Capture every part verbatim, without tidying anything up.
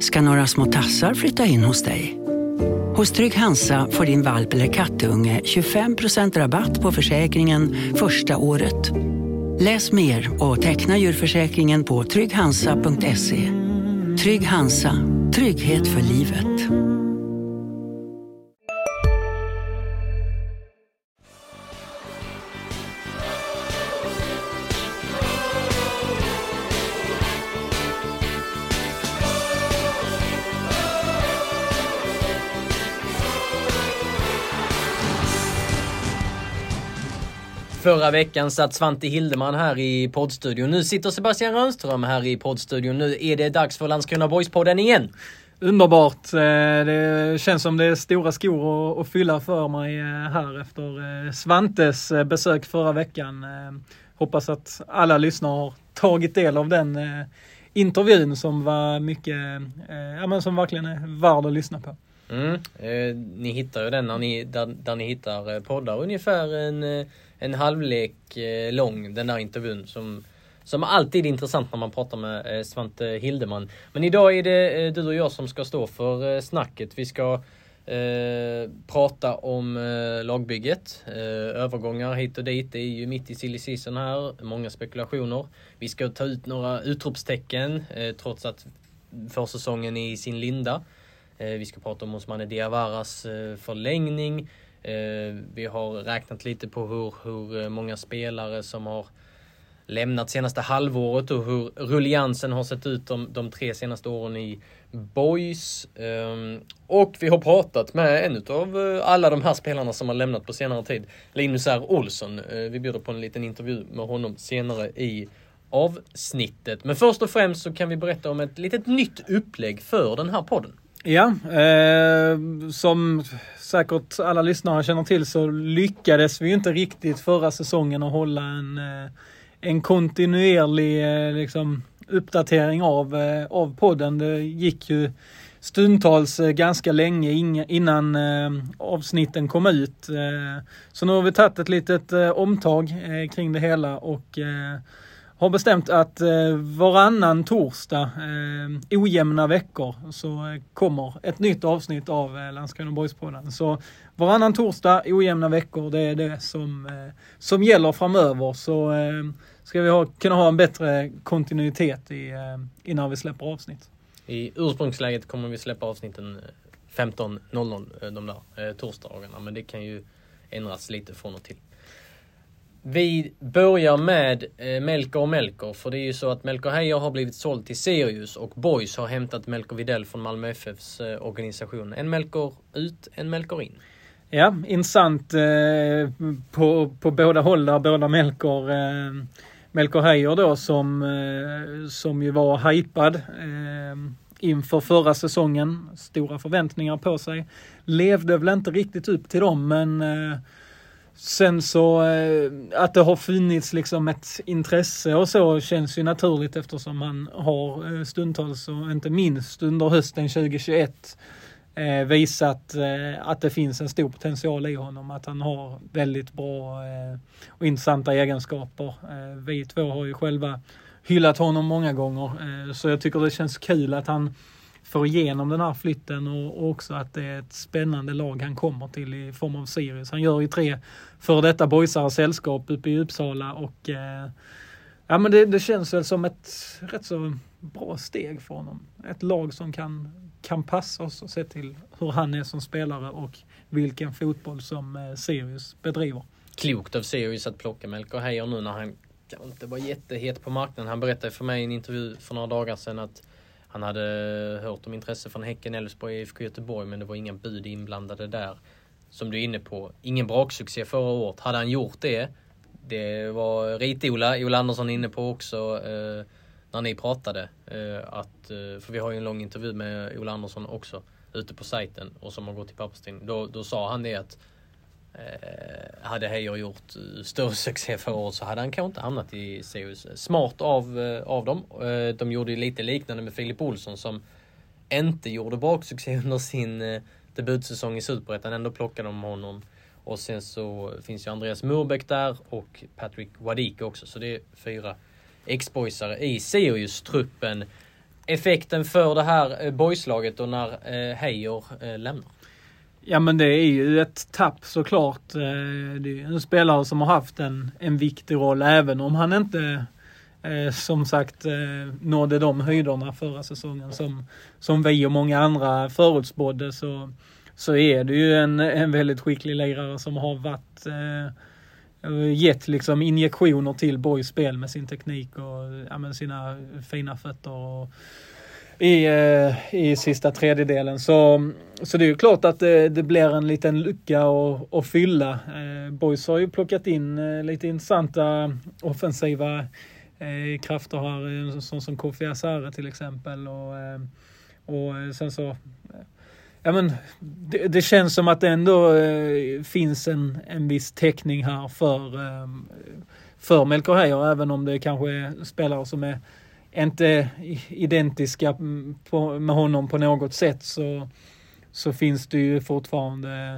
Ska några små tassar flytta in hos dig? Hos Trygg Hansa får din valp eller kattunge tjugofem procent rabatt på försäkringen första året. Läs mer och teckna djurförsäkringen på trygg hansa punkt se. Trygg Hansa, trygghet för livet. Förra veckan satt Svante Hildeman här i poddstudion. Nu sitter Sebastian Rönnström här i poddstudion. Nu är det dags för Landskrona Boys-podden igen. Underbart. Det känns som det är stora skor att fylla för mig här efter Svantes besök förra veckan. Hoppas att alla lyssnare har tagit del av den intervjun som var mycket, ja, men som verkligen är värd att lyssna på. Mm. Eh, ni hittar ju den när ni, där, där ni hittar poddar ungefär en, en halvlek eh, lång, den där intervjun som, som alltid är intressant när man pratar med eh, Svante Hildeman. Men idag är det eh, du och jag som ska stå för eh, snacket. Vi ska eh, prata om eh, lagbygget, eh, övergångar hit och dit. Det är ju mitt i silly season här, många spekulationer. Vi ska ta ut några utropstecken eh, trots att försäsongen är i sin linda. Vi ska prata om Ousmane Diawaras förlängning. Vi har räknat lite på hur, hur många spelare som har lämnat senaste halvåret och hur rulliansen har sett ut de, de tre senaste åren i Boys. Och vi har pratat med en av alla de här spelarna som har lämnat på senare tid, Linus R. Olsson. Vi bjuder på en liten intervju med honom senare i avsnittet. Men först och främst så kan vi berätta om ett litet nytt upplägg för den här podden. Ja, eh, som säkert alla lyssnare känner till så lyckades vi ju inte riktigt förra säsongen att hålla en, en kontinuerlig eh, liksom, uppdatering av, eh, av podden. Det gick ju stundtals eh, ganska länge in, innan eh, avsnitten kom ut. Eh, så nu har vi tagit ett litet eh, omtag eh, kring det hela och eh, har bestämt att eh, varannan torsdag, eh, ojämna veckor, så eh, kommer ett nytt avsnitt av eh, Landskrona Boys-podden. Så varannan torsdag, ojämna veckor, det är det som, eh, som gäller framöver. Så eh, ska vi ha, kunna ha en bättre kontinuitet i, eh, innan vi släpper avsnitt. I ursprungsläget kommer vi släppa avsnitten femton noll noll de där eh, torsdagarna, men det kan ju ändras lite från och till. Vi börjar med eh, Melker och Melker, för det är ju så att Melker Heier har blivit såld till Sirius och Boys har hämtat Melker Widell från Malmö F F:s eh, organisation. En Melker ut, en Melker in. Ja, intressant eh, på, på båda håll där, båda Melker, eh, Melker Heier då som, eh, som ju var hypad eh, inför förra säsongen. Stora förväntningar på sig. Levde väl inte riktigt upp till dem, men eh, sen så eh, att det har funnits liksom ett intresse och så känns ju naturligt eftersom han har eh, stundtals och inte minst under hösten tjugohundratjugoett eh, visat eh, att det finns en stor potential i honom, att han har väldigt bra eh, och intressanta egenskaper. Eh, vi två har ju själva hyllat honom många gånger, eh, så jag tycker det känns kul att han får igenom den här flytten och också att det är ett spännande lag han kommer till i form av Sirius. Han gör ju tre för detta boysare sällskap uppe i Uppsala och eh, ja, men det, det känns väl som ett rätt så bra steg för honom. Ett lag som kan, kan passa oss och se till hur han är som spelare och vilken fotboll som eh, Sirius bedriver. Klokt av Sirius att plocka Melker Heier nu när han inte var jättehet på marknaden. Han berättade för mig i en intervju för några dagar sedan att han hade hört om intresse från Häcken, Elfsborg, I F K Göteborg, men det var inga bud inblandade där. Som du är inne på, ingen braksuccé förra året. Hade han gjort det, det var Rit-Ola, Ola Andersson inne på också eh, när ni pratade. Eh, att, eh, för vi har ju en lång intervju med Ola Andersson också ute på sajten och som har gått till papperstid. Då, då sa han det att eh, hade Heier gjort större succé förra året så hade han kanske inte hamnat i Sirius. Smart av, eh, av dem. Eh, de gjorde ju lite liknande med Filip Olsson som inte gjorde baksuccé under sin eh, debutsäsong i Superettan. Ändå plockade de honom. Och sen så finns ju Andreas Murbeck där och Patrick Wadike också. Så det är fyra ex-boysare i Sirius-truppen. effekten för det här boyslaget och när eh, Heijer eh, lämnar? Ja, men det är ju ett tapp såklart. Det är en spelare som har haft en, en viktig roll, även om han inte eh, som sagt eh, nådde de höjderna förra säsongen som, som vi och många andra förutspådde, så, så är det ju en, en väldigt skicklig lirare som har varit eh, gett liksom injektioner till Boys spel med sin teknik och ja, med sina fina fötter och I, i sista tredjedelen. Så, så det är ju klart att det, det blir en liten lucka att, att fylla. Eh, Boys har ju plockat in eh, lite intressanta offensiva eh, krafter här, som, som Kofi Asare till exempel. Och, eh, och sen så... Ja, men det, det känns som att det ändå eh, finns en, en viss täckning här för, eh, för Melker Heijer, även om det kanske är spelare som är inte identiska på, med honom på något sätt, så, så finns det ju fortfarande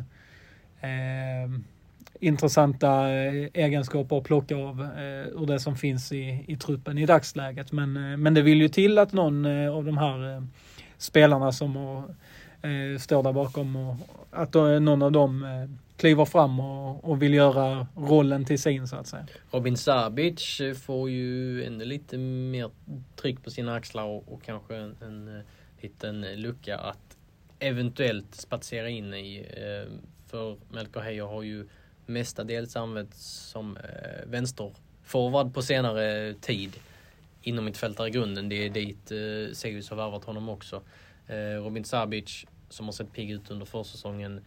eh, intressanta egenskaper att plocka av eh, ur det som finns i, i truppen i dagsläget. Men, eh, men det vill ju till att någon eh, av de här eh, spelarna som har, eh, står där bakom, och att då, någon av dem eh, kliver fram och, och vill göra rollen till sin, så att säga. Robin Sabic får ju ännu lite mer tryck på sina axlar och, och kanske en, en liten lucka att eventuellt spatsera in i. För Melker Heijer har ju mestadels använts som vänsterforward på senare tid inom mittfältare i grunden. Det är dit Sirius har värvat honom också. Robin Sabic, som har sett pigg ut under försäsongen,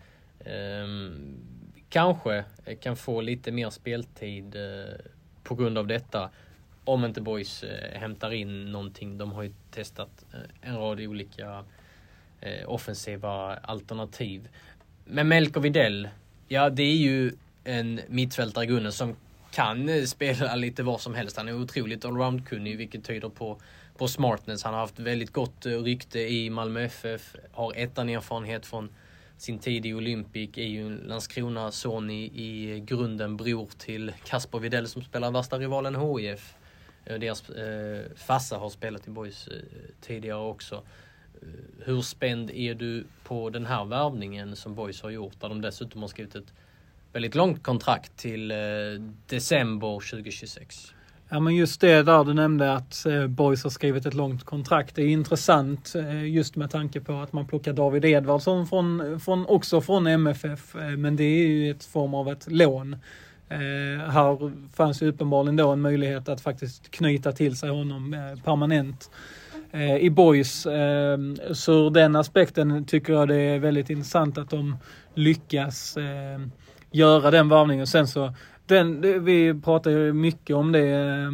Um, kanske kan få lite mer speltid uh, på grund av detta, om inte Boys uh, hämtar in någonting. De har ju testat uh, en rad olika uh, offensiva alternativ. Men Melker Widell, ja, det är ju en mittfältare i grunden som kan uh, spela lite vad som helst. Han är otroligt allround-kunnig, vilket tyder på, på smartness. Han har haft väldigt gott uh, rykte i Malmö F F, har ettan erfarenhet från sin tid i Olympic, är ju Landskrona son i, i grunden bror till Kasper Widell som spelar värsta rivalen H I F. Deras eh, farsa har spelat i Boys eh, tidigare också. Hur spänd är du på den här värvningen som Boys har gjort, där de dessutom har skrivit ett väldigt långt kontrakt till eh, december tjugohundratjugosex? Ja, men just det där du nämnde, att eh, Boys har skrivit ett långt kontrakt. Det är intressant eh, just med tanke på att man plockar David Edvardsson från, från, också från M F F. Eh, men det är ju ett form av ett lån. Eh, här fanns ju uppenbarligen då en möjlighet att faktiskt knyta till sig honom eh, permanent eh, i Boys. Eh, så ur den aspekten tycker jag det är väldigt intressant att de lyckas eh, göra den varvningen. Sen så Den, det, vi pratar ju mycket om det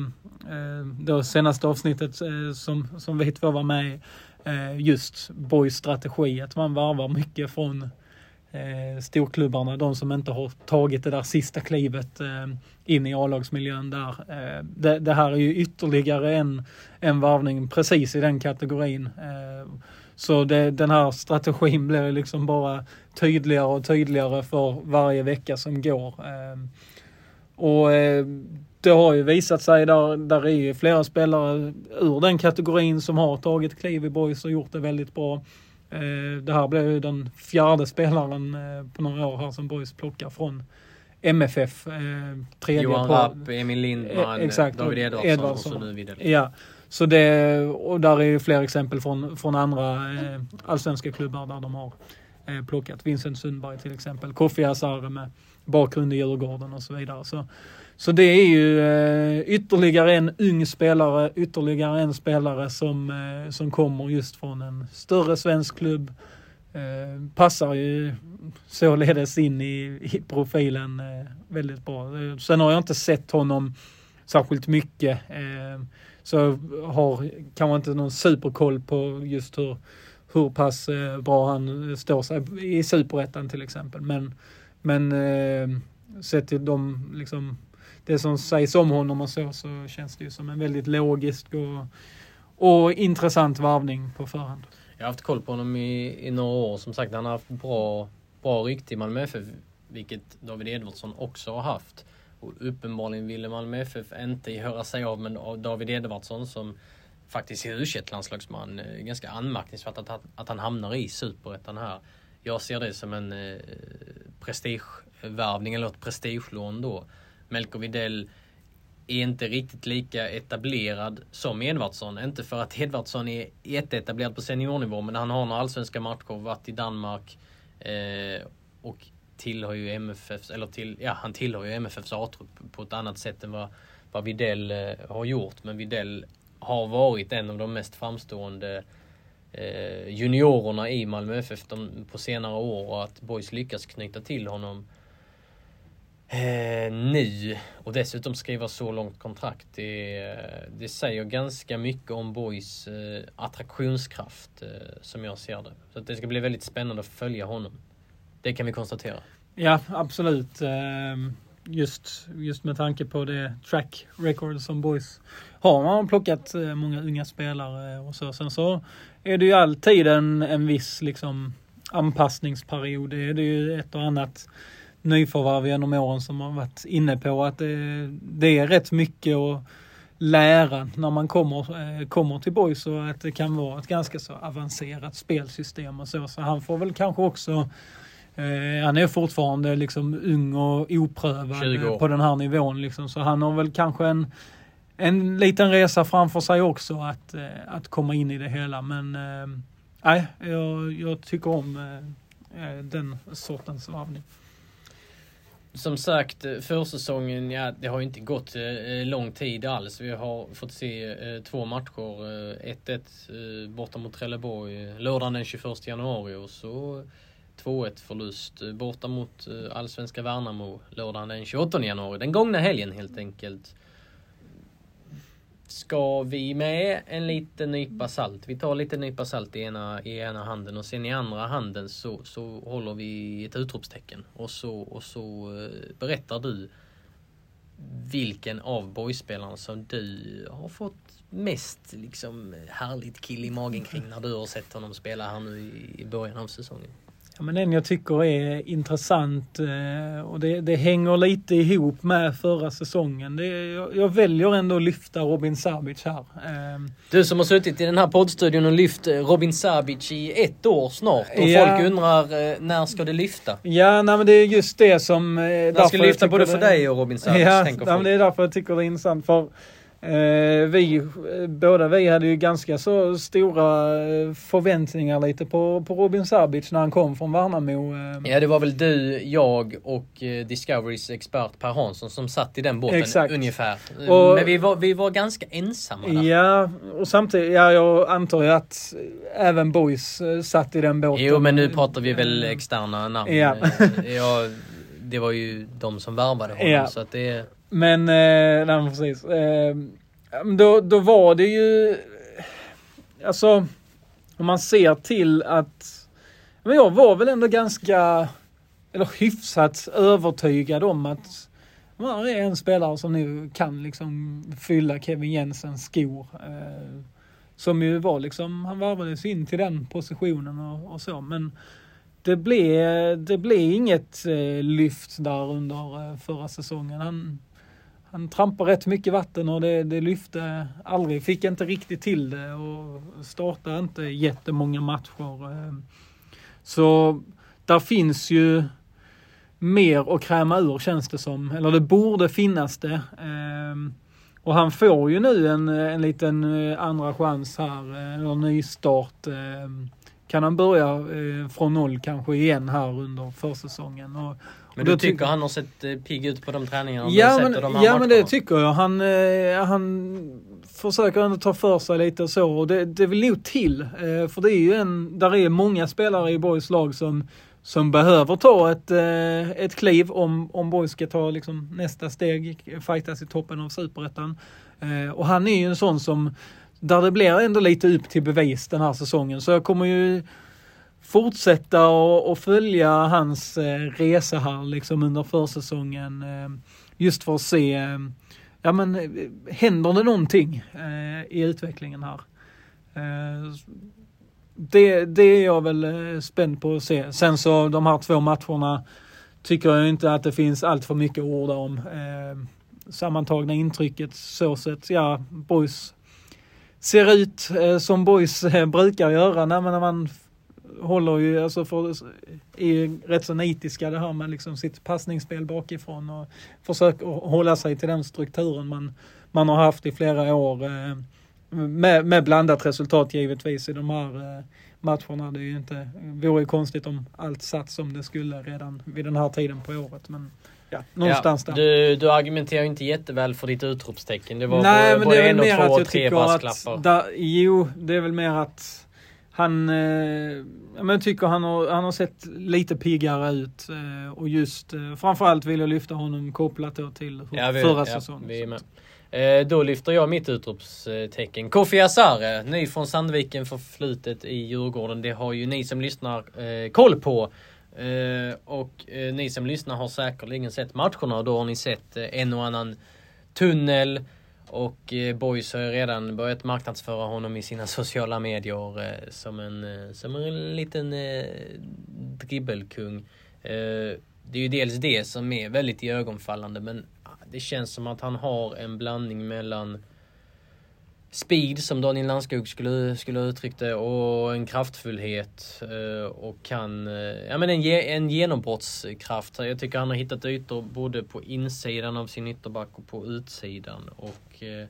eh, det senaste avsnittet eh, som, som vi två var med eh, just Boys strategi, att man varvar mycket från eh, storklubbarna, de som inte har tagit det där sista klivet eh, in i A-lagsmiljön där. Eh, det, det här är ju ytterligare en, en varvning precis i den kategorin. Eh, så det, den här strategin blir liksom bara tydligare och tydligare för varje vecka som går. Eh, Och eh, det har ju visat sig, där, där är ju flera spelare ur den kategorin som har tagit kliv i Boys och gjort det väldigt bra. Eh, det här blir ju den fjärde spelaren eh, på några år här som Boys plockar från M F F. Eh, tredje Johan på, Rapp, Emil Lindman, eh, exakt, David Edvardsson, Edvardsson och så nu vidare. Ja, så det, och där är ju fler exempel från, från andra eh, allsvenska klubbar där de har eh, plockat. Vincent Sundberg till exempel, Kofi Asare med bakgrund i Djurgården och så vidare. Så, så det är ju eh, ytterligare en ung spelare, ytterligare en spelare som, eh, som kommer just från en större svensk klubb. Eh, passar ju således in i, i profilen eh, väldigt bra. Sen har jag inte sett honom särskilt mycket. Eh, så har kanske inte någon superkoll på just hur, hur pass eh, bra han står sig i Superettan till exempel. Men Men eh, sett till de, liksom, det som sägs om honom och så, så känns det ju som en väldigt logisk och, och intressant varvning på förhand. Jag har haft koll på honom i, i några år. Som sagt, han har haft bra, bra rykte i Malmö F F, vilket David Edvardsson också har haft. Och uppenbarligen ville Malmö F F inte göra sig av med David Edvardsson som faktiskt U tjugoett-landslagsman. Ganska anmärkningsvärt att, att han hamnar i Superettan här. Jag ser det som en eh, prestigevärvning eller ett prestigelån då. Melker Widell är inte riktigt lika etablerad som Edvardsson. Inte för att Edvardsson är jätteetablerad på seniornivå, men han har några allsvenska matcher, varit i Danmark eh, och tillhör ju M F F, eller till, ja, han tillhör ju M F Fs A-trupp på ett annat sätt än vad, vad Widell eh, har gjort. Men Widell har varit en av de mest framstående eh, juniorerna i Malmö F F de, på senare år, och att Boys lyckas knyta till honom Eh, nu och dessutom skriva så långt kontrakt, det, det säger ganska mycket om Boys eh, attraktionskraft eh, som jag ser det. Så att det ska bli väldigt spännande att följa honom. Det kan vi konstatera. Ja, absolut. Just, just med tanke på det track record som Boys har. Man har plockat många unga spelare och så. Sen så är det ju alltid en, en viss liksom anpassningsperiod. Det är det ju ett och annat nyförvärv genom åren som har varit inne på att det, det är rätt mycket att lära när man kommer, kommer till Boys, och att det kan vara ett ganska så avancerat spelsystem och så. Så han får väl kanske också, eh, han är fortfarande liksom ung och oprövad på den här nivån liksom, så han har väl kanske en, en liten resa framför sig också att, eh, att komma in i det hela. Men nej, eh, jag, jag tycker om eh, den sortens varvning. Som sagt, försäsongen, ja, det har ju inte gått eh, lång tid alls. Vi har fått se eh, två matcher. Eh, ett ett eh, borta mot Trelleborg lördagen den tjugoförsta januari, och så två ett förlust eh, borta mot eh, allsvenska Värnamo lördagen den tjugoåttonde januari. Den gångna helgen helt enkelt. Ska vi med en liten nypa salt? Vi tar lite nypa salt i ena, i ena handen, och sen i andra handen så, så håller vi ett utropstecken. Och så, och så berättar du vilken av boyspelarna som du har fått mest liksom härligt kill i magen kring när du har sett honom spela här nu i, i början av säsongen. Ja, men den jag tycker är intressant, och det, det hänger lite ihop med förra säsongen. Det, jag, jag väljer ändå att lyfta Robin Sabic här. Du som har suttit i den här poddstudion och lyft Robin Sabic i ett år snart, och ja. Folk undrar när ska det lyfta? Ja, nej, men det är just det som... När ska det lyfta både för det, dig och Robin Sabic? Ja, tänker nej, men det är därför jag tycker det är intressant, för Eh, vi, båda vi hade ju ganska så stora förväntningar lite på, på Robin Sabic när han kom från Värnamo. Eh. Ja, det var väl du, jag och eh, Discoverys expert Per Hansson som satt i den båten. Exakt. Ungefär. Och, men vi var, vi var ganska ensamma där. Ja, och samtidigt, ja, jag antar ju att även Boys satt i den båten. Jo, men nu pratar vi väl externa namn. Ja. ja, det var ju de som värvade honom, ja. Så att det... Men, eh, nej, precis. Eh, då, då var det ju, alltså, om man ser till att, men jag var väl ändå ganska, eller hyfsat övertygad om att man är en spelare som nu kan liksom fylla Kevin Jensens skor. Eh, som ju var liksom, han varvades in till den positionen och, och så, men det blev, det blev inget eh, lyft där under eh, förra säsongen. Han Han trampade rätt mycket vatten och det, det lyfte aldrig. Fick inte riktigt till det och startade inte jättemånga matcher. Så där finns ju mer att kräma ur, känns det som. Eller det borde finnas det. Och han får ju nu en, en liten andra chans här. En ny start. Kan han börja från noll kanske igen här under försäsongen. Och Men du tycker ty- han har sett eh, pigg ut på de träningarna? Ja, men, de här ja matcherna. Men det tycker jag. Han, eh, han försöker ändå ta för sig lite och så. Och det, det vill nog till. Eh, för det är ju en, där är många spelare i Boys lag som, som behöver ta ett, eh, ett kliv om, om Boys ska ta liksom, nästa steg. Fightas i toppen av Superettan. Eh, och han är ju en sån som, där det blir ändå lite upp till bevis den här säsongen. Så jag kommer ju fortsätta och, och följa hans eh, resa här liksom under försäsongen, eh, just för att se eh, ja men händer det någonting eh, i utvecklingen här. Eh, det, det är jag väl eh, spänd på att se. Sen så de här två matcherna tycker jag inte att det finns allt för mycket ord om. Eh, sammantagna intrycket så sett, ja, Boys ser ut eh, som boys eh, brukar göra när man, när man håller ju, alltså för, är ju rätt så nitiska det här med liksom sitt passningsspel bakifrån och försöker hålla sig till den strukturen man, man har haft i flera år eh, med, med blandat resultat givetvis i de här eh, matcherna. Det är ju inte, vore ju konstigt om allt satt som det skulle redan vid den här tiden på året, men ja, någonstans ja, där. Du, du argumenterar ju inte jätteväl för ditt utropstecken. Det var Nej, både, men det är väl både en mer och två att och jag tre tycker brasklappar. att där, jo, det är väl mer att han eh, jag tycker han har, han har sett lite piggare ut eh, och just eh, framförallt vill jag lyfta honom kopplat då till ja, vi, förra ja, säsongen. Vi är med. Eh, då lyfter jag mitt utropstecken. Kofi Asare, ny från Sandviken för flutet i Djurgården. Det har ju ni som lyssnar eh, koll på. Eh, och eh, ni som lyssnar har säkerligen sett matcherna och då har ni sett eh, en och annan tunnel och eh, Boys har redan börjat marknadsföra honom i sina sociala medier eh, som, en, eh, som en liten eh, dribbelkung. Eh, det är ju dels det som är väldigt iögonfallande, men det känns som att han har en blandning mellan speed, som Daniel Landskog skulle, skulle uttryckt det, och en kraftfullhet eh, och kan, eh, ja men en, en genombrottskraft. Jag tycker han har hittat ytor både på insidan av sin ytterback och på utsidan, och eh,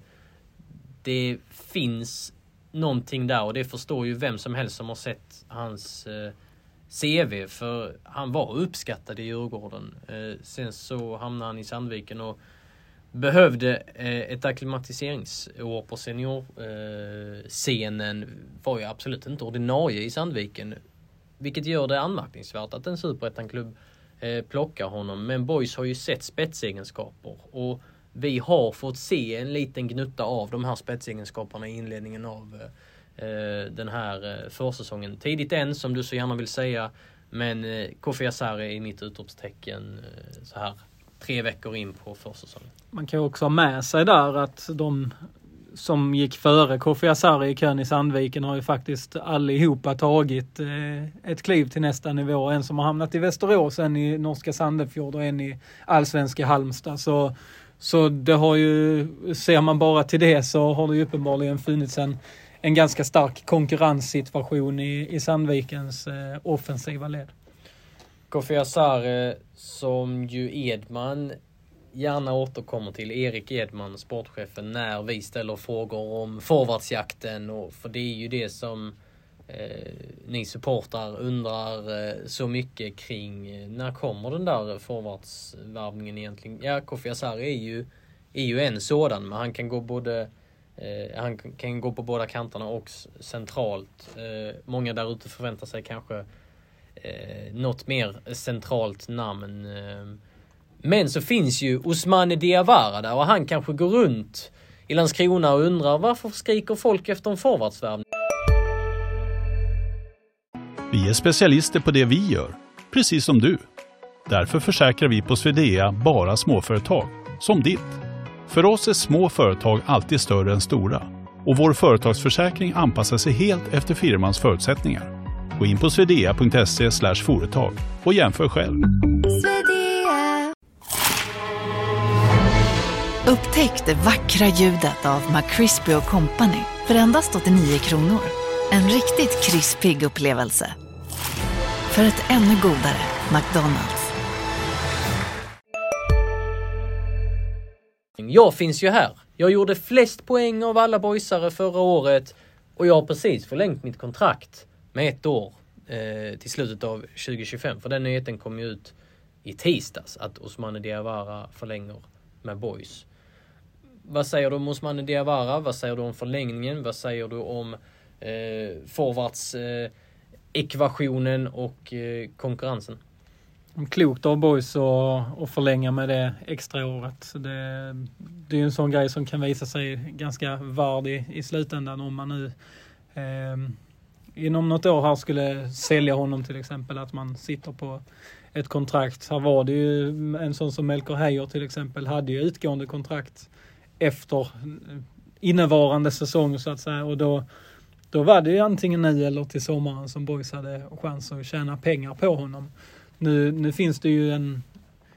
det finns någonting där, och det förstår ju vem som helst som har sett hans eh, C V, för han var uppskattad i Djurgården. Eh, sen så hamnade han i Sandviken och behövde eh, ett akklimatiseringsår på seniorscenen. Eh, var ju absolut inte ordinarie i Sandviken, vilket gör det anmärkningsvärt att en superettan-klubb eh, plockar honom. Men Boys har ju sett spetsegenskaper, och vi har fått se en liten gnutta av de här spetsegenskaperna i inledningen av eh, den här eh, försäsongen. Tidigt än, som du så gärna vill säga, men eh, Kofi Asare är mitt utropstecken eh, så här tre veckor in på försäsongen. Man kan ju också ha med sig där att de som gick före Kofi Asare i kön i Sandviken har ju faktiskt allihopa tagit eh, ett kliv till nästa nivå. En som har hamnat i Västerås, en i norska Sandefjord och en i allsvenska Halmstad. Så, så det har ju, ser man bara till det, så har det ju uppenbarligen funnits en, en ganska stark konkurrenssituation i, i Sandvikens eh, offensiva led. Kofi Asare, som ju Edman gärna återkommer till, Erik Edman, sportchefen, när vi ställer frågor om forwardsjakten, och för det är ju det som eh, ni supportar undrar eh, så mycket kring. När kommer den där forwardsvarvningen egentligen? Ja, Kofi Asare är ju, är ju en sådan, men han kan gå både eh, han kan gå på båda kanterna och centralt. Eh, många där ute förväntar sig kanske Eh, något mer centralt namn. Eh, men så finns ju Ousmane Diawara där, och han kanske går runt i Landskrona och undrar varför skriker folk efter en forwardsvärvning. Vi är specialister på det vi gör, precis som du. Därför försäkrar vi på Swedea bara småföretag, som ditt. För oss är små företag alltid större än stora, och vår företagsförsäkring anpassar sig helt efter firmans förutsättningar. Gå in på swedea punkt se slash företag och jämför själv. Upptäck det vackra ljudet av McCrispy och Company för endast åttionio kronor. En riktigt krispig upplevelse. För ett ännu godare McDonald's. Jag finns ju här. Jag gjorde flest poäng av alla boysare förra året, och jag har precis förlängt mitt kontrakt med ett år eh, till slutet av tjugo tjugofem. För den nyheten kom ju ut i tisdags, att Ousmane Diawara förlänger med Boys. Vad säger du om Ousmane Diawara? Vad säger du om förlängningen? Vad säger du om eh, forwards eh, ekvationen och eh, konkurrensen? Klokt av Boys att förlänga med det extra året. Det, det är ju en sån grej som kan visa sig ganska värd i, i slutändan, om man nu eh, inom något år här skulle sälja honom till exempel, att man sitter på ett kontrakt. Här var det ju en sån som Melker Heier till exempel, hade ju utgående kontrakt efter innevarande säsong så att säga, och då, då var det ju antingen nu eller till sommaren som Boys hade chans att tjäna pengar på honom. Nu, nu finns det ju en,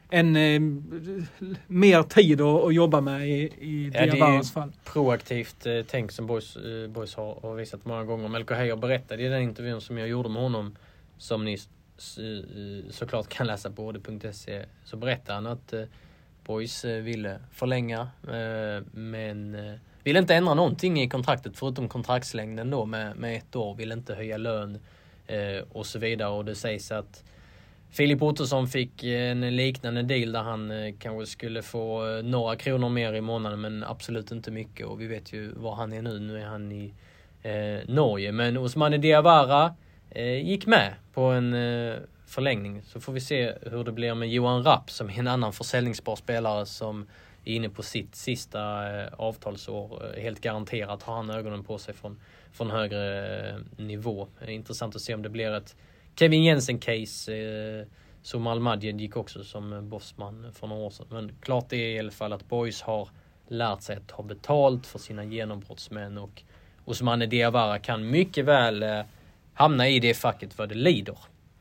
en eh, mer tid att, att jobba med i, i ja, Diabaras fall. Proaktivt eh, tänk som Boys, eh, Boys har, har visat många gånger. Melker Heier berättade i den intervjun som jag gjorde med honom, som ni så, såklart kan läsa på ode punkt se, så berättade han att eh, Boys eh, ville förlänga eh, men eh, ville inte ändra någonting i kontraktet förutom kontraktslängden då med, med ett år, ville inte höja lön eh, och så vidare. Och det sägs att Filip Ottosson fick en liknande deal där han eh, kanske skulle få eh, några kronor mer i månaden, men absolut inte mycket. Och vi vet ju var han är nu. Nu är han i eh, Norge. Men Ousmane Diawara eh, gick med på en eh, förlängning. Så får vi se hur det blir med Johan Rapp, som är en annan försäljningsbar spelare som är inne på sitt sista eh, avtalsår. Helt garanterat har han ögonen på sig från, från högre eh, nivå. Eh, intressant att se om det blir ett Kevin Jensen-case. Eh, som Al-Madjed gick också som bossman för några år sedan. Men klart är i alla fall att Boys har lärt sig att ta betalt för sina genombrottsmän. Och Ousmane Diawara kan mycket väl eh, hamna i det facket vad det lider.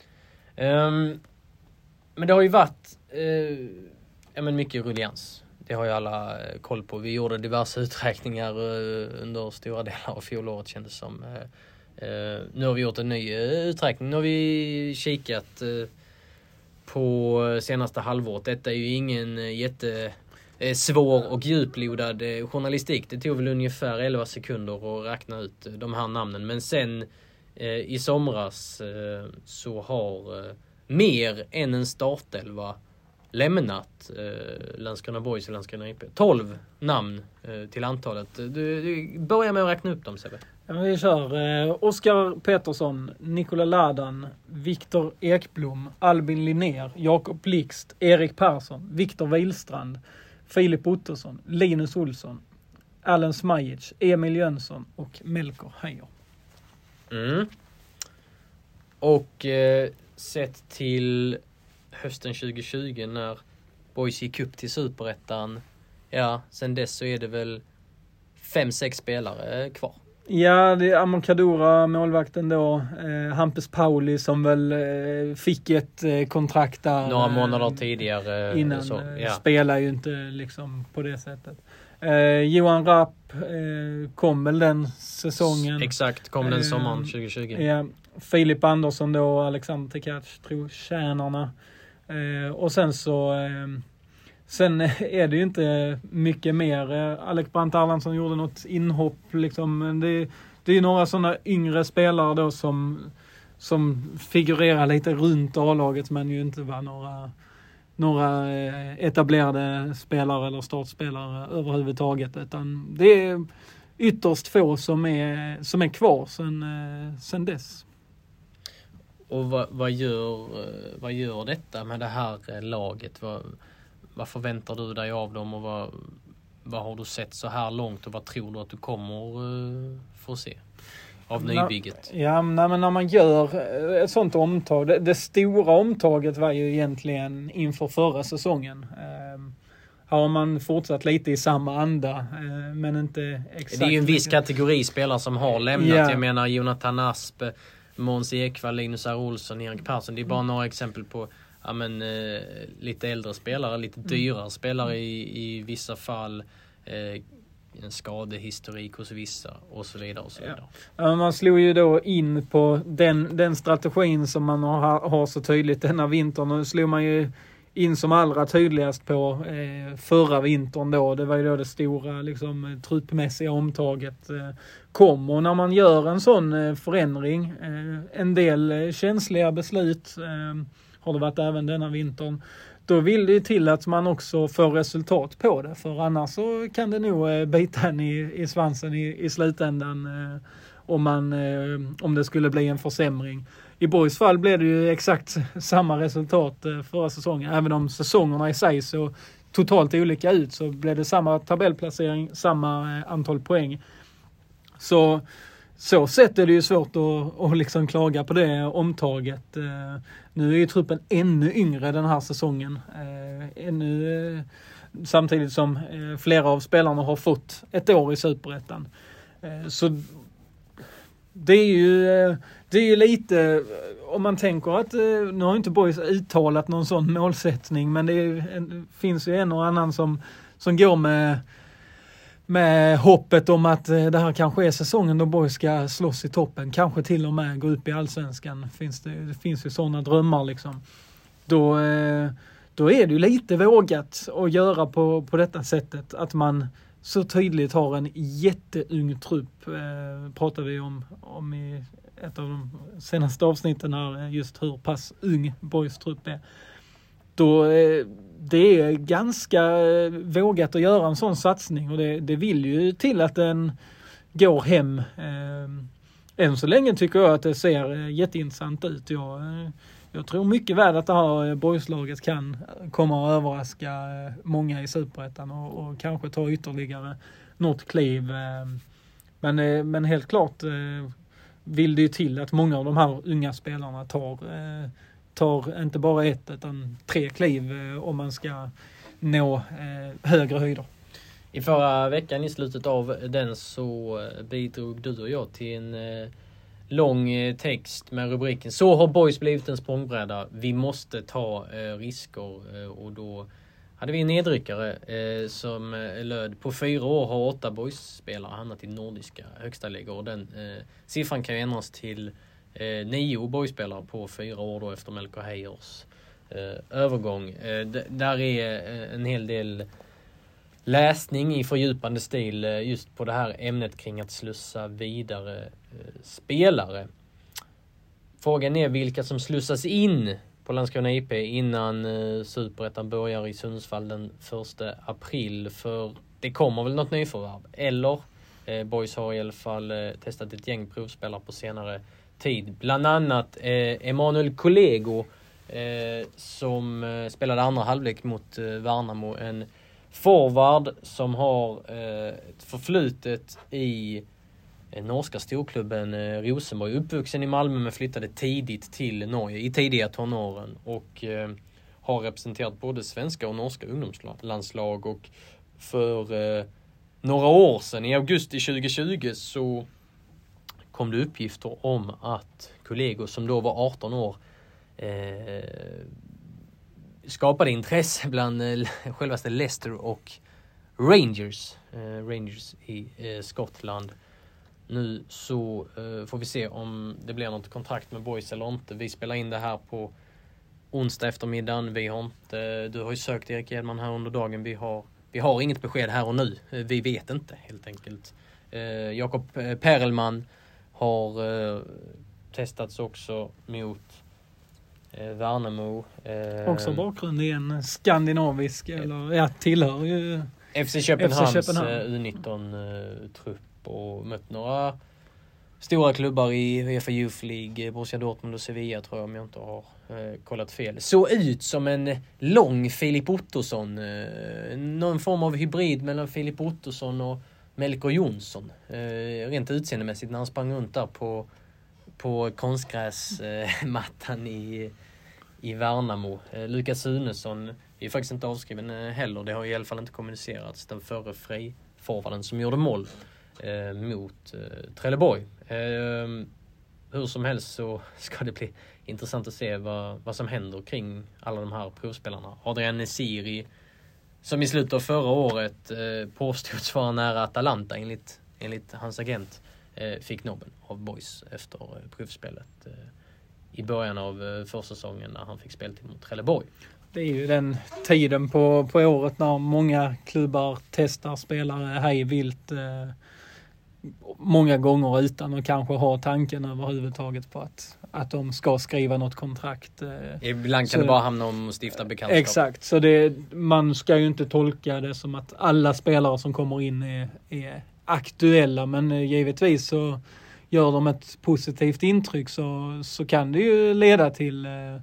Um, men det har ju varit eh, ja, men mycket rullians. Det har ju alla eh, koll på. Vi gjorde diverse uträkningar eh, under stora delar av fjolåret, kändes som. Eh, eh, nu har vi gjort en ny eh, uträkning. Nu har vi kikat eh, på senaste halvåret. Detta är ju ingen eh, jätte eh, svår och djuplodad eh, journalistik. Det tog väl ungefär elva sekunder att räkna ut eh, de här namnen. Men sen eh, i somras eh, så har eh, mer än en startelva lämnat eh, Landskrona Boys och Landskrona I P. tolv namn eh, till antalet. Du, du börjar med att räkna upp dem, Sebbe. Ja, vi kör. Eh, Oskar Petersson, Nikola Ladan, Viktor Ekblom, Albin Linnér, Jakob Blixt, Erik Persson, Viktor Wilstrand, Filip Ottosson, Linus Olsson, Allen Smajic, Emil Jönsson och Melker Heier. Mm. Och eh, sett till hösten tjugo tjugo när Boys gick upp till Superettan. Ja, sen dess så är det väl fem, sex spelare kvar. Ja, det är Amon Kadura, målvakten då. Eh, Hampus Pauli som väl eh, fick ett eh, kontrakt där. Några månader tidigare. Innan. Så, ja. Spelar ju inte liksom på det sättet. Eh, Johan Rapp eh, kom väl den säsongen. Exakt, kom den eh, sommaren tjugo tjugo. Ja, Filip Andersson då, Alexander Tekac, tror tjänarna. Eh, och sen så... Eh, Sen är det ju inte mycket mer. Alex Brandt Erlandsson gjorde något inhopp. Liksom. Det, det är ju några sådana yngre spelare då som, som figurerar lite runt A-laget, men ju inte var några, några etablerade spelare eller startspelare överhuvudtaget. Utan det är ytterst få som är, som är kvar sen, sen dess. Och vad, vad, gör, vad gör detta med det här laget? Vad... Vad förväntar du dig av dem och vad, vad har du sett så här långt och vad tror du att du kommer uh, få se av nybygget? Ja, nej, men när man gör ett sånt omtag, det, det stora omtaget var ju egentligen inför förra säsongen. Uh, har man fortsatt lite i samma anda, uh, men inte exakt. Det är ju en viss kategori spelare som har lämnat. Ja. Jag menar Jonathan Asp, Måns Ekvall, Linus R. Olsson, Erik Persson. Det är bara några exempel på ja, men, eh, lite äldre spelare, lite dyrare mm. spelare i, i vissa fall, eh, en skadehistorik hos vissa och så vidare och så vidare. Ja. Man slog ju då in på den, den strategin som man har, har så tydligt denna vintern, och slog man ju in som allra tydligast på eh, förra vintern då. Det var ju då det stora liksom, truppmässiga omtaget eh, kom, och när man gör en sån eh, förändring, eh, en del eh, känsliga beslut eh, har det varit även denna vintern. Då vill det till att man också får resultat på det. För annars så kan det nog eh, bita en i, i svansen i, i slutändan eh, om, man, eh, om det skulle bli en försämring. I Boys fall blev det ju exakt samma resultat eh, förra säsongen. Även om säsongerna i sig så totalt olika ut, så blev det samma tabellplacering, samma eh, antal poäng. Så... Så sett är det ju svårt att, att liksom klaga på det omtaget. Eh, nu är ju truppen ännu yngre den här säsongen. Eh, ännu, eh, samtidigt som eh, flera av spelarna har fått ett år i Superettan. Eh, så det är ju, det är ju lite, om man tänker att, nu har inte Boys uttalat någon sån målsättning, men det är en, finns ju en och annan som, som går med, med hoppet om att det här kanske är säsongen då Boys ska slåss i toppen, kanske till och med gå upp i allsvenskan. Finns det, det finns ju sådana drömmar liksom. Då, då är det ju lite vågat att göra på, på detta sättet, att man så tydligt har en jätteung trupp, eh, pratar vi om, om i ett av de senaste avsnitten här, just hur pass ung Boys trupp är. Då, eh, det är ganska vågat att göra en sån satsning, och det, det vill ju till att den går hem. Eh, än så länge tycker jag att det ser jätteintressant ut. Jag, eh, jag tror mycket väl att det här Boys-laget kan komma att överraska många i Superettan och, och kanske ta ytterligare något kliv. Men, men helt klart vill det ju till att många av de här unga spelarna tar, tar inte bara ett utan tre kliv om man ska nå högre höjder. I förra veckan i slutet av den så bidrog du och jag till en lång text med rubriken "Så har Boys blivit en språngbräda. Vi måste ta eh, risker." Eh, och då hade vi en nedryckare eh, som eh, löd: på fyra år har åtta Boys-spelare hamnat i nordiska högsta ligor. Och den eh, siffran kan ju ändras till eh, nio Boys-spelare på fyra år då efter Melker Heiers eh, övergång. Eh, d- där är eh, en hel del läsning i fördjupande stil just på det här ämnet kring att slussa vidare eh, spelare. Frågan är vilka som slussas in på Landskrona I P innan eh, Superettan börjar i Sundsvall den första april. För det kommer väl något nyförvärv. Eller eh, Boys har i alla fall eh, testat ett gäng provspelare på senare tid. Bland annat eh, Emanuel Collego eh, som eh, spelade andra halvlek mot eh, Värnamo. En forward som har eh, ett förflutet i eh, norska storklubben eh, Rosenborg. Uppvuxen i Malmö men flyttade tidigt till Norge i tidiga tonåren. Och eh, har representerat både svenska och norska ungdomslandslag. Och för eh, några år sedan, i augusti tjugo tjugo, så kom det uppgifter om att Collego, som då var arton år, eh, skapade intresse bland eh, självaste Leicester och Rangers. Eh, Rangers i eh, Skottland. Nu så eh, får vi se om det blir något kontrakt med Boys eller inte. Vi spelar in det här på onsdag eftermiddagen. Vi har inte, du har ju sökt Erik Edman här under dagen. Vi har, vi har inget besked här och nu. Eh, vi vet inte helt enkelt. Eh, Jakob Perelman har eh, testats också mot Eh, Värnamo. Eh, Också bakgrund i en skandinavisk, eh, eller ja, tillhör ju F C Köpenhamns F C Köpenhamn. eh, U nitton-trupp eh, och mött några stora klubbar i UEFA Youth League, Borussia Dortmund och Sevilla tror jag, om jag inte har eh, kollat fel. Så ut som en lång Filip Ottosson. Eh, någon form av hybrid mellan Filip Ottosson och Melker Jonsson. Eh, rent utseendemässigt när han sprang runt där på på konstgräsmattan eh, i, i Värnamo. Eh, Lukas Sunesson är ju faktiskt inte avskriven eh, heller. Det har i alla fall inte kommunicerats. Den förre friforwarden som gjorde mål eh, mot eh, Trelleborg. Eh, hur som helst så ska det bli intressant att se vad, vad som händer kring alla de här provspelarna. Adrian Nesiri, som i slutet av förra året eh, påstods vara nära Atalanta enligt, enligt hans agent, fick nobben av Boys efter provspelet i början av försäsongen när han fick speltid mot Trelleborg. Det är ju den tiden på, på året när många klubbar testar spelare hej vilt eh, många gånger utan att kanske ha tanken överhuvudtaget på att, att de ska skriva något kontrakt. Eh. Ibland kan så, det bara hamna om att stifta bekantskap. Exakt, så det, man ska ju inte tolka det som att alla spelare som kommer in är, är aktuella, men givetvis så gör de ett positivt intryck så, så kan det ju leda till,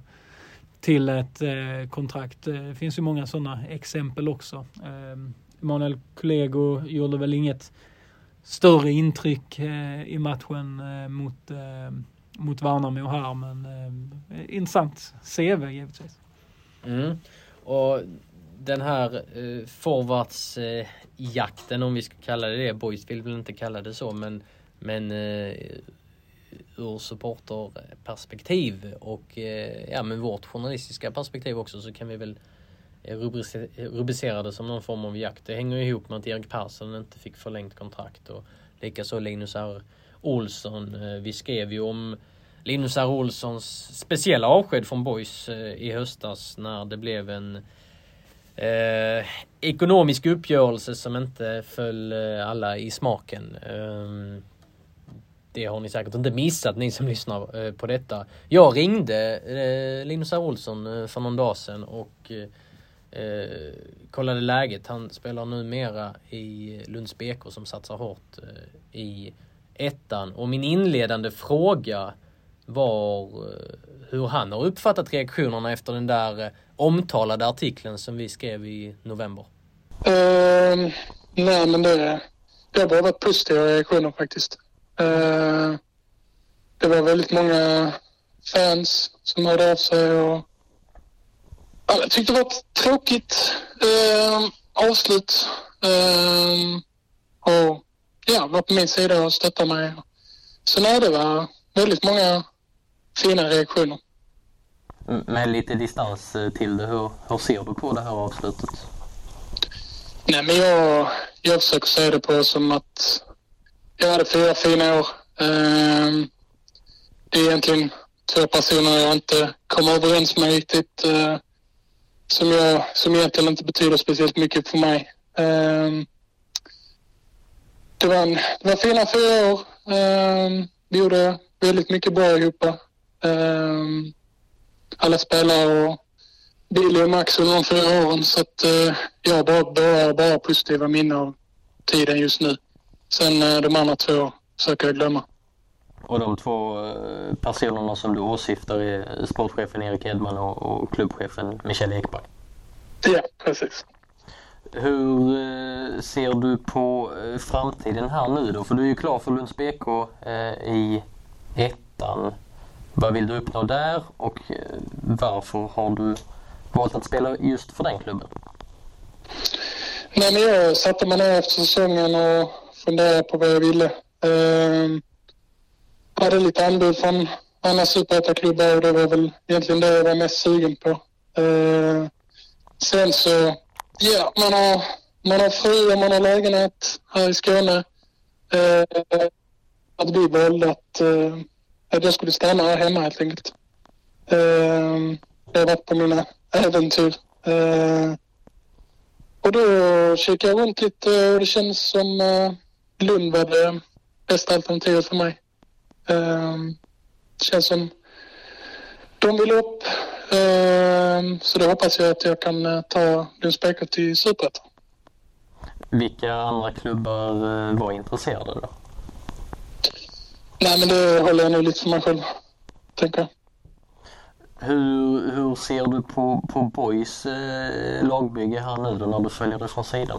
till ett kontrakt. Det finns ju många sådana exempel också. Emanuel Collego gjorde väl inget större intryck i matchen mot, mot Värnamo här, men intressant C V givetvis. Mm. Och den här eh, forwardsjakten, eh, om vi ska kalla det det, Boys vill väl inte kalla det så, men, men eh, ur supporter perspektiv och eh, ja, men vårt journalistiska perspektiv också, så kan vi väl rubricera, rubricera det som någon form av jakt. Det hänger ihop med att Erik Persson inte fick förlängt kontrakt och likaså Linus R. Olsson. Eh, vi skrev ju om Linus R. Olssons speciella avsked från Boys eh, i höstas när det blev en eh, ekonomisk uppgörelse som inte föll eh, alla i smaken. Eh, det har ni säkert inte missat, ni som lyssnar eh, på detta. Jag ringde eh, Linus R. Olsson eh, för någon dag sedan och eh, kollade läget. Han spelar numera i Lunds B K som satsar hårt eh, i ettan. Och min inledande fråga var hur han har uppfattat reaktionerna efter den där omtalade artikeln som vi skrev i november. Uh, nej, men det, det har bara varit positiva reaktioner faktiskt. Uh, det var väldigt många fans som hörde av sig och jag tyckte det var ett tråkigt uh, avslut. Uh, och ja, var på min sida och stöttade mig. Så nej, det var väldigt många fina reaktioner. Med lite distans till det, hur, hur ser du på det här avslutet? Nej, men jag, jag försöker säga det på som att jag hade fyra fina år. Um, det är egentligen två personer jag inte kommer överens med riktigt. Uh, som, jag, som egentligen inte betyder speciellt mycket för mig. Um, det, var en, det var fina fyra år. Um, vi gjorde väldigt mycket bra ihop. Um, alla spelare och Billy och Max under de fyra åren. Så att uh, jag har bara, bara, bara positiva minnen av tiden just nu. Sen uh, de andra två försöker jag glömma. Och de två uh, personerna som du åsyftar är sportchefen Erik Edman och, och klubbchefen Michel Ekberg. Ja, precis. Hur uh, ser du på uh, framtiden här nu då? För du är ju klar för Lunds B K uh, i ettan. Vad vill du uppnå där och uh, varför har du valt att spela just för den klubben? Nej, men jag satte mig ner efter säsongen och funderade på vad jag ville. Uh, jag hade lite anbud från andra superettaklubbar och det var väl egentligen det jag var mest sugen på. Uh, sen så, ja, man har, man har fru och man har lägenhet här i Skåne. Uh, att vi valde att, uh, att jag skulle stanna här hemma helt enkelt. Uh, jag har varit på mina äventyr. Uh, och då kikade jag runt lite och det känns som uh, Lund var det bästa alternativet för mig. Uh, det känns som de vill upp. Uh, så det hoppas jag att jag kan uh, ta Lunds B K till Superettan. Vilka andra klubbar uh, var intresserade då? Nej, men det håller jag nu lite för mig själv, tänker jag. Hur, hur ser du på, på Boys eh, lagbygge här nu då när du följer det från sidan?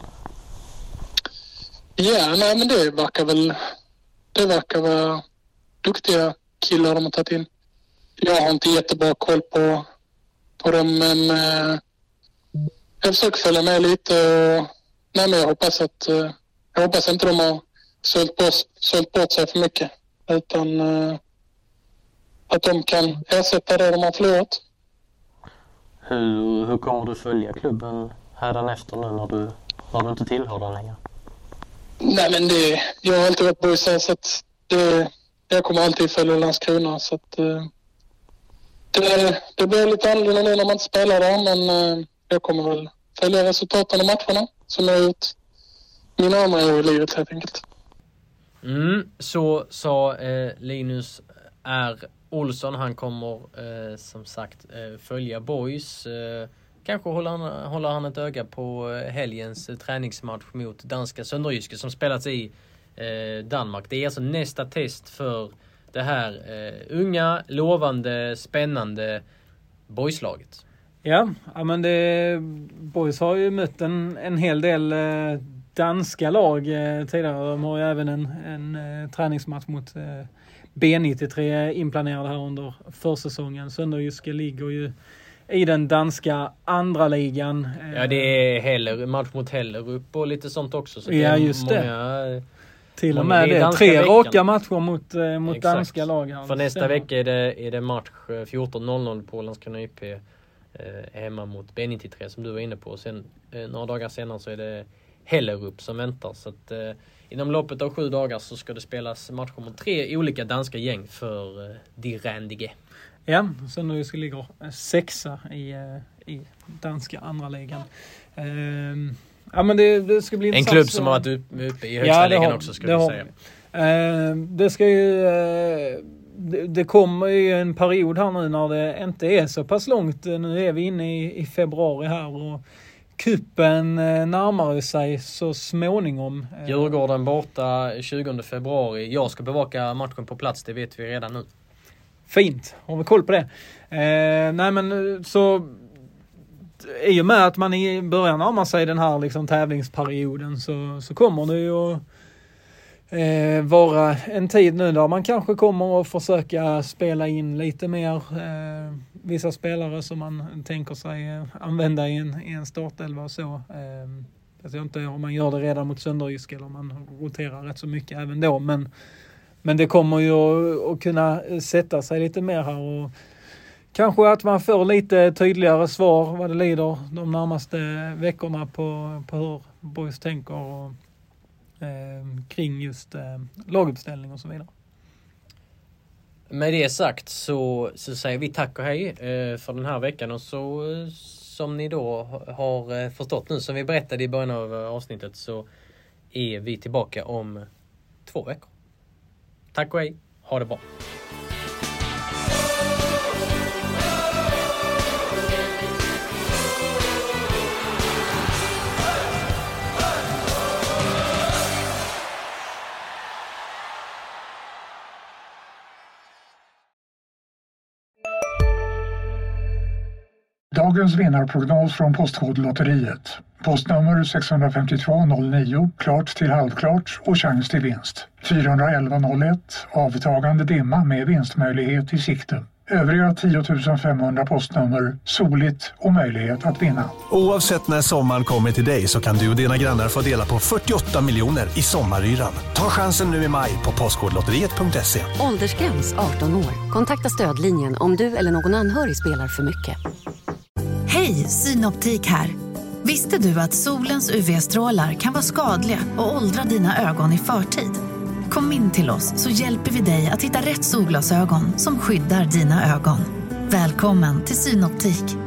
Ja, nej men det verkar väl det verkar vara duktiga killar de har tagit in. Jag har inte jättebra koll på, på dem, men eh, jag försöker följa med lite och nej, men jag hoppas att eh, jag hoppas inte de har sålt bort, sålt bort sig för mycket utan eh, att de kan ersätta det de har förlorat. Hur, hur kommer du följa klubben hädanefter nu när du, när du inte tillhör den längre? Nej, men det, jag har alltid varit boysare så att det, jag kommer alltid följa Landskrona så att det, det blir lite annorlunda nu när man inte spelar där, men jag kommer väl följa resultaten av matcherna som jag har gjort mina andra år i livet helt enkelt. Mm, så sa eh, Linus R. Olsson. Han kommer eh, som sagt eh, följa Boys. Eh, kanske håller han, håller han ett öga på helgens eh, träningsmatch mot danska Sønderjyske som spelats i eh, Danmark. Det är alltså nästa test för det här eh, unga, lovande, spännande Boys-laget. Ja, ja men det, Boys har ju mött en, en hel del eh, danska lag eh, tidigare. De har ju även en, en eh, träningsmatch mot eh, B nittiotre inplanerad här under försäsongen. Sønderjyske ligger ju i den danska andra ligan. Ja, det är Heller, match mot Hellerup och lite sånt också. Så ja, det är just många det. Till och med det. Tre raka matcher mot, eh, mot danska lag. För nästa Stämmer. vecka är det, är det match fjorton noll noll på Landskrona I P eh, hemma mot B nittiotre som du var inne på. Och sen eh, några dagar senare så är det Hellerup som väntar. Så att eh, inom loppet av sju dagar så ska det spelas matcher mot tre olika danska gäng för eh, de randige. Ja, så nu ska ligga sexa i, i danska andra ligan. Ehm, ja, men det, det ska bli en klubb som har varit uppe i högsta ja, ligan har, också skulle vi säga. Ehm, det ska ju det, det kommer ju en period här nu när det inte är så pass långt. Nu är vi inne i, i februari här och kuppen närmar sig så småningom. Djurgården borta tjugonde februari. Jag ska bevaka matchen på plats, det vet vi redan nu. Fint, har vi koll på det. Eh, nej men så i och med att man i början närmar sig den här liksom tävlingsperioden så, så kommer det ju att eh, vara en tid nu där man kanske kommer att försöka spela in lite mer eh, vissa spelare som man tänker sig eh, använda i en, i en startelva och så. Eh, jag vet inte om man gör det redan mot Sönderjysk eller om man roterar rätt så mycket även då, men Men det kommer ju att, att kunna sätta sig lite mer här och kanske att man får lite tydligare svar vad det lider de närmaste veckorna på, på hur boys tänker och, eh, kring just eh, laguppställning och så vidare. Med det sagt så, så säger vi tack och hej eh, för den här veckan och så som ni då har förstått nu som vi berättade i början av avsnittet så är vi tillbaka om två veckor. Tack och hej. Ha det bra. Dagens vinnarprognos från Postkodlotteriet. Postnummer sex fem två noll nio, klart till halvklart och chans till vinst. fyra elva noll ett, avtagande dimma med vinstmöjlighet i sikte. Övriga tio tusen femhundra postnummer, soligt och möjlighet att vinna. Oavsett när sommaren kommer till dig så kan du och dina grannar få dela på fyrtioåtta miljoner i sommaryran. Ta chansen nu i maj på postkodlotteriet punkt se. Åldersgräns arton år. Kontakta stödlinjen om du eller någon anhörig spelar för mycket. Hej, Synoptik här. Visste du att solens U V-strålar kan vara skadliga och åldra dina ögon i förtid? Kom in till oss så hjälper vi dig att hitta rätt solglasögon som skyddar dina ögon. Välkommen till Synoptik.